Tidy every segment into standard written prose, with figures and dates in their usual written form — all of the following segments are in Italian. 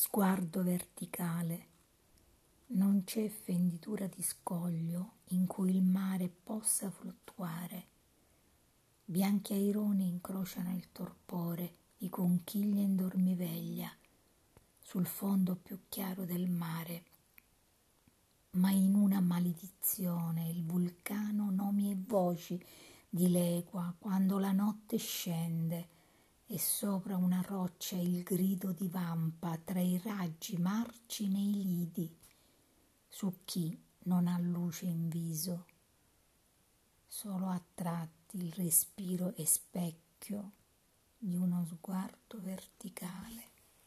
Sguardo verticale. Non c'è fenditura di scoglio in cui il mare possa fluttuare. Bianchi aironi incrociano il torpore di conchiglie in dormiveglia sul fondo più chiaro del mare. Ma in una maledizione il vulcano nomi e voci dilegua quando la notte scende e sopra una roccia il grido divampa tra i raggi marci nei lidi su chi non ha luce in viso. Solo a tratti il respiro è specchio di uno sguardo verticale.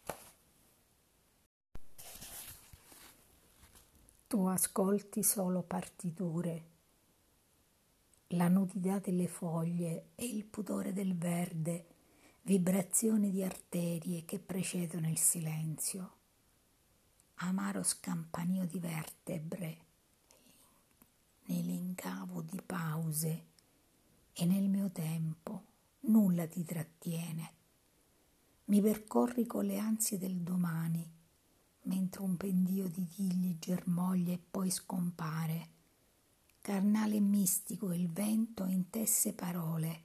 Tu ascolti solo partiture, la nudità delle foglie e il pudore del verde, vibrazioni di arterie che precedono il silenzio, amaro scampanio di vertebre, nell'incavo di pause e nel mio tempo nulla ti trattiene. Mi percorri con le ansie del domani, mentre un pendio di tigli germoglia e poi scompare. Carnale e mistico il vento intesse parole,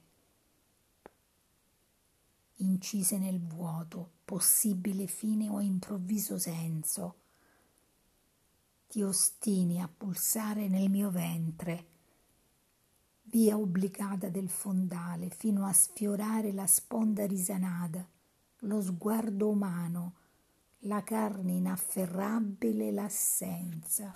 incise nel vuoto, possibile fine o improvviso senso. Ti ostini a pulsare nel mio ventre, via obbligata del fondale, fino a sfiorare la sponda risanata, lo sguardo umano, la carne inafferrabile, l'assenza.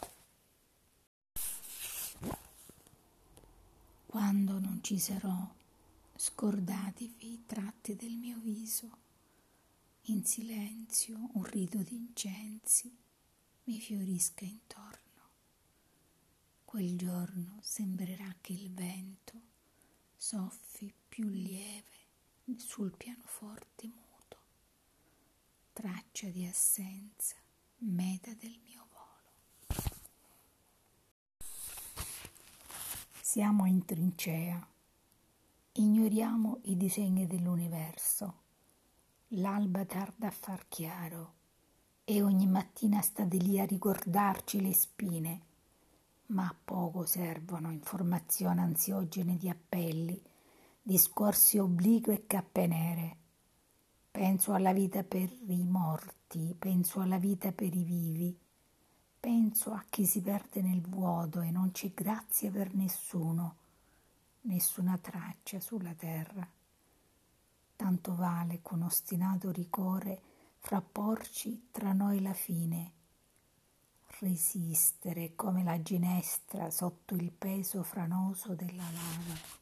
Quando non ci sarò, scordatevi i tratti del mio viso, in silenzio un rito di incensi mi fiorisca intorno. Quel giorno sembrerà che il vento soffi più lieve sul pianoforte muto, traccia di assenza, meta del mio volo. Siamo in trincea, ignoriamo i disegni dell'universo. L'alba tarda a far chiaro e ogni mattina state lì a ricordarci le spine, ma a poco servono informazioni ansiogene di appelli, discorsi obliqui e cappe nere. Penso alla vita per i morti, penso alla vita per i vivi, penso a chi si perde nel vuoto e non c'è grazia per nessuno, nessuna traccia sulla terra. Tanto vale con ostinato ricore frapporci tra noi la fine, resistere come la ginestra sotto il peso franoso della lava.